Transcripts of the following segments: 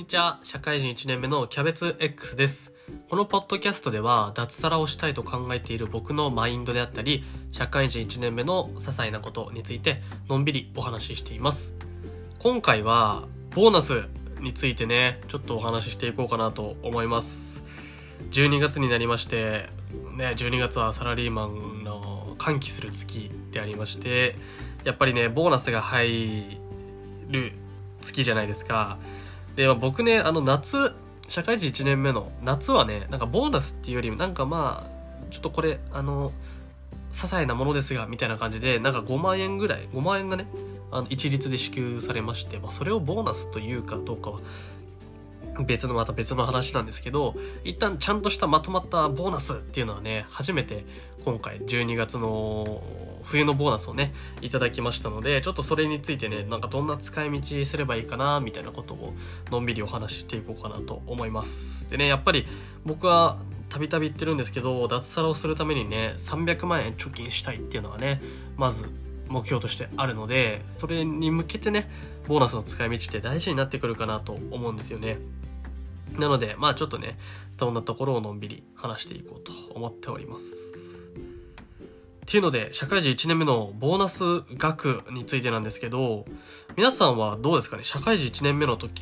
ちは、社会人1年目のキャベツ X です。このポッドキャストでは脱サラをしたいと考えている僕のマインドであったり、社会人1年目の些細なことについてのんびりお話ししています。今回はボーナスについてね、ちょっとお話ししていこうかなと思います。12月になりまして、12月はサラリーマンの歓喜する月でありまして、やっぱりね、ボーナスが入る月じゃないですか。で、僕ね、社会人1年目の夏はね、なんかボーナスっていうより、なんかちょっとこれ、些細なものですが、みたいな感じで、なんか5万円がね、一律で支給されまして、それをボーナスというかどうかは、また別の話なんですけど、一旦ちゃんとしたまとまったボーナスっていうのはね、初めて今回12月の冬のボーナスをね、いただきましたので、ちょっとそれについてね、なんかどんな使い道すればいいかな、みたいなことをのんびりお話ししていこうかなと思います。でね、やっぱり僕はたびたび言ってるんですけど、脱サラをするためにね、300万円貯金したいっていうのはね、まず目標としてあるので、それに向けてね、ボーナスの使い道って大事になってくるかなと思うんですよね。なので、ちょっとね、そんなところをのんびり話していこうと思っております。っていうので、社会人1年目のボーナス額についてなんですけど、皆さんはどうですかね？社会人1年目の時って、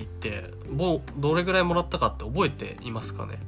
どれぐらいもらったかって覚えていますかね？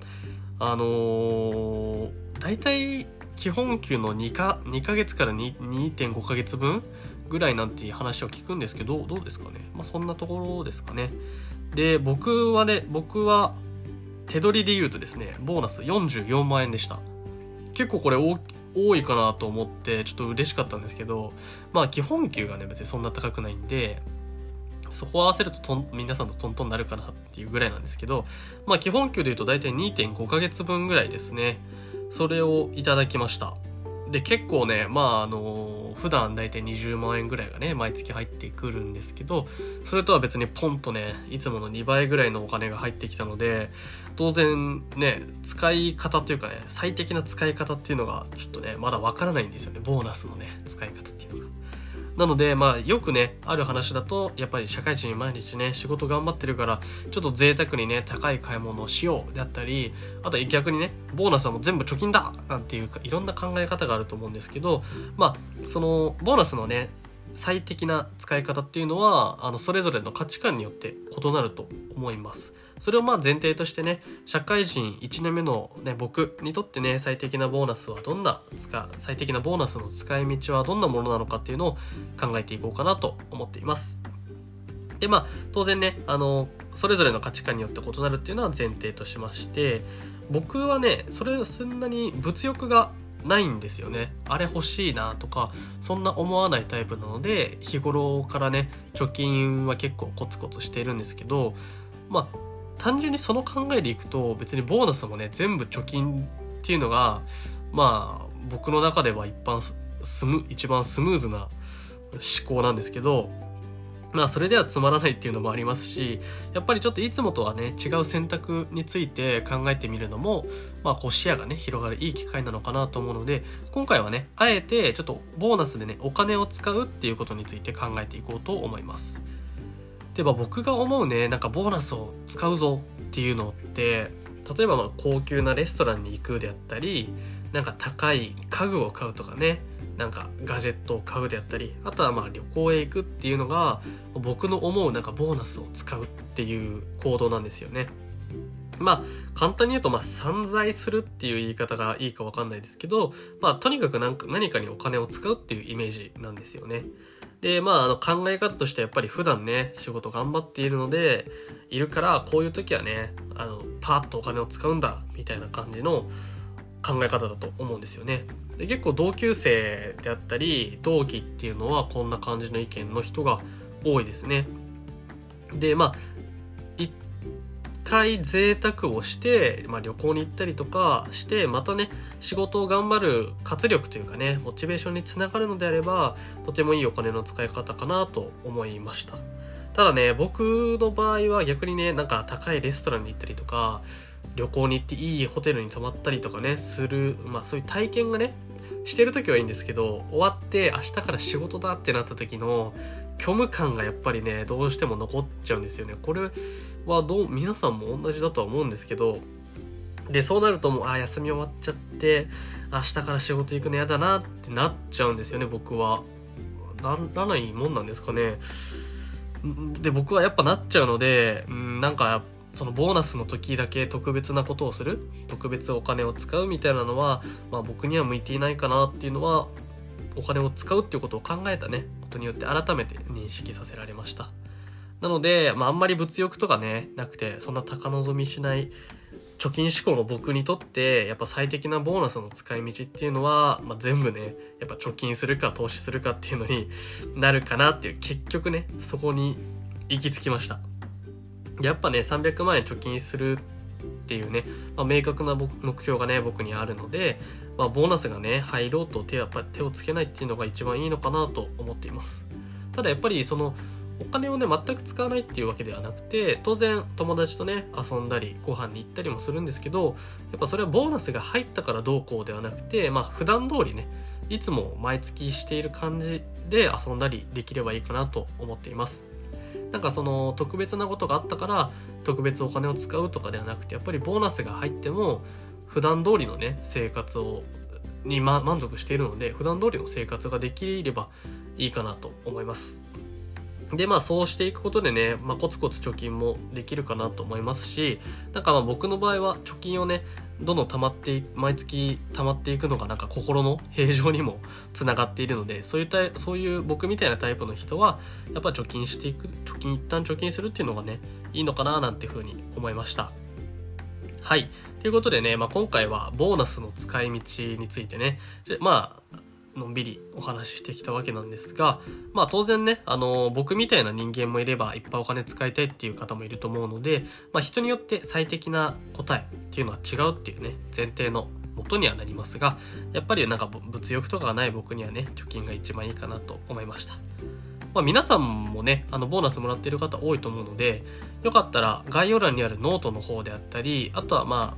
大体、基本給の2ヶ月から 2.5 ヶ月分ぐらいなんていう話を聞くんですけど、どうですかね？そんなところですかね。で、僕は手取りで言うとですね、ボーナス44万円でした。結構これ多いかなと思ってちょっと嬉しかったんですけど、基本給がね別にそんな高くないんで、そこを合わせると皆さんとトントンになるかなっていうぐらいなんですけど、基本給で言うと大体 2.5 ヶ月分ぐらいですね。それをいただきました。で、結構ね、普段大体20万円ぐらいがね、毎月入ってくるんですけど、それとは別にポンとね、いつもの2倍ぐらいのお金が入ってきたので、当然ね、使い方というかね、最適な使い方っていうのが、ちょっとね、まだわからないんですよね、ボーナスのね、使い方っていうのが。なので、よくね、ある話だと、やっぱり社会人毎日ね、仕事頑張ってるから、ちょっと贅沢にね、高い買い物をしようであったり、あとは逆にね、ボーナスはもう全部貯金だなんていうか、いろんな考え方があると思うんですけど、その、ボーナスのね、最適な使い方っていうのは、それぞれの価値観によって異なると思います。それを前提としてね、社会人1年目のね、僕にとってね、最適なボーナスの使い道はどんなものなのかっていうのを考えていこうかなと思っています。で、当然ね、それぞれの価値観によって異なるっていうのは前提としまして、僕はね、そんなに物欲がないんですよね。あれ欲しいなとか、そんな思わないタイプなので、日頃からね、貯金は結構コツコツしているんですけど、単純にその考えでいくと、別にボーナスもね、全部貯金っていうのが、僕の中では一番スムーズな思考なんですけど、それではつまらないっていうのもありますし、やっぱりちょっといつもとはね、違う選択について考えてみるのも、視野がね、広がるいい機会なのかなと思うので、今回はね、あえてちょっとボーナスでね、お金を使うっていうことについて考えていこうと思います。で、僕が思うね、なんかボーナスを使うぞっていうのって、例えば高級なレストランに行くであったり、なんか高い家具を買うとかね、なんかガジェットを買うであったり、あとは旅行へ行くっていうのが僕の思うなんかボーナスを使うっていう行動なんですよね。簡単に言うと散財するっていう言い方がいいかわかんないですけど、とにかく何かにお金を使うっていうイメージなんですよね。で、考え方としてやっぱり普段ね、仕事頑張っているから、こういう時はね、パーッとお金を使うんだ、みたいな感じの考え方だと思うんですよね。で、結構同級生であったり、同期っていうのはこんな感じの意見の人が多いですね。で、一回贅沢をして、旅行に行ったりとかして、またね、仕事を頑張る活力というかね、モチベーションにつながるのであれば、とてもいいお金の使い方かなと思いました。ただね、僕の場合は逆にね、なんか高いレストランに行ったりとか、旅行に行っていいホテルに泊まったりとかね、する、そういう体験がね、 してる時はいいんですけど、終わって明日から仕事だってなった時の虚無感がやっぱりね、どうしても残っちゃうんですよね。これは皆さんも同じだとは思うんですけど、で、そうなるともう、休み終わっちゃって、明日から仕事行くの嫌だなってなっちゃうんですよね、僕は。ならないもんなんですかね。で、僕はやっぱなっちゃうので、なんか、そのボーナスの時だけ特別なことをする、特別お金を使うみたいなのは、僕には向いていないかなっていうのは、お金を使うっていうことを考えたね、ことによって改めて認識させられました。なので、あんまり物欲とかね、なくて、そんな高望みしない、貯金志向の僕にとってやっぱ最適なボーナスの使い道っていうのは、全部ねやっぱ貯金するか投資するかっていうのになるかなっていう、結局ねそこに行き着きました。やっぱね300万円貯金するっていうね、明確な目標がね僕にあるので、ボーナスがね入ろうと手をつけないっていうのが一番いいのかなと思っています。ただやっぱりそのお金をね全く使わないっていうわけではなくて、当然友達とね遊んだりご飯に行ったりもするんですけど、やっぱそれはボーナスが入ったからどうこうではなくて、普段通りねいつも毎月している感じで遊んだりできればいいかなと思っています。なんかその特別なことがあったから特別お金を使うとかではなくて、やっぱりボーナスが入っても普段通りのね生活に満足しているので、普段通りの生活ができればいいかなと思います。でそうしていくことでね、コツコツ貯金もできるかなと思いますし、なんか僕の場合は貯金をねどんどん毎月溜まっていくのがなんか心の平常にもつながっているので、そういう僕みたいなタイプの人はやっぱ一旦貯金するっていうのがねいいのかななんていうふうに思いました。はい、ということでね、今回はボーナスの使い道についてねのんびりお話ししてきたわけなんですが、当然ね、僕みたいな人間もいればいっぱいお金使いたいっていう方もいると思うので、人によって最適な答えっていうのは違うっていうね、前提の元にはなりますが、やっぱりなんか物欲とかがない僕にはね、貯金が一番いいかなと思いました。皆さんもね、ボーナスもらっている方多いと思うので、よかったら概要欄にあるノートの方であったり、あとは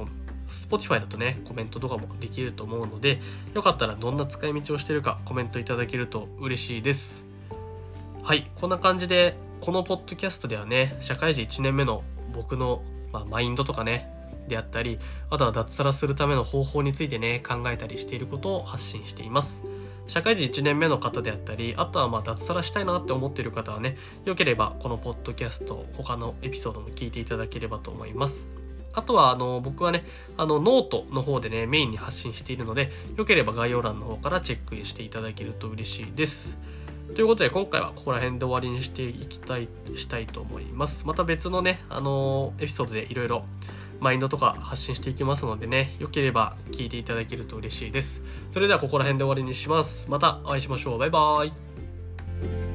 Spotify だとねコメントとかもできると思うので、よかったらどんな使い道をしているかコメントいただけると嬉しいです。はい、こんな感じでこのポッドキャストではね、社会人1年目の僕の、マインドとかねであったり、あとは脱サラするための方法についてね考えたりしていることを発信しています。社会人1年目の方であったり、あとは脱サラしたいなって思っている方はね、よければこのポッドキャスト他のエピソードも聞いていただければと思います。あとは僕はねノートの方でねメインに発信しているので、よければ概要欄の方からチェックしていただけると嬉しいです。ということで今回はここら辺で終わりにしたいと思います。また別のねエピソードでいろいろマインドとか発信していきますのでね、よければ聞いていただけると嬉しいです。それではここら辺で終わりにします。またお会いしましょう。バイバーイ。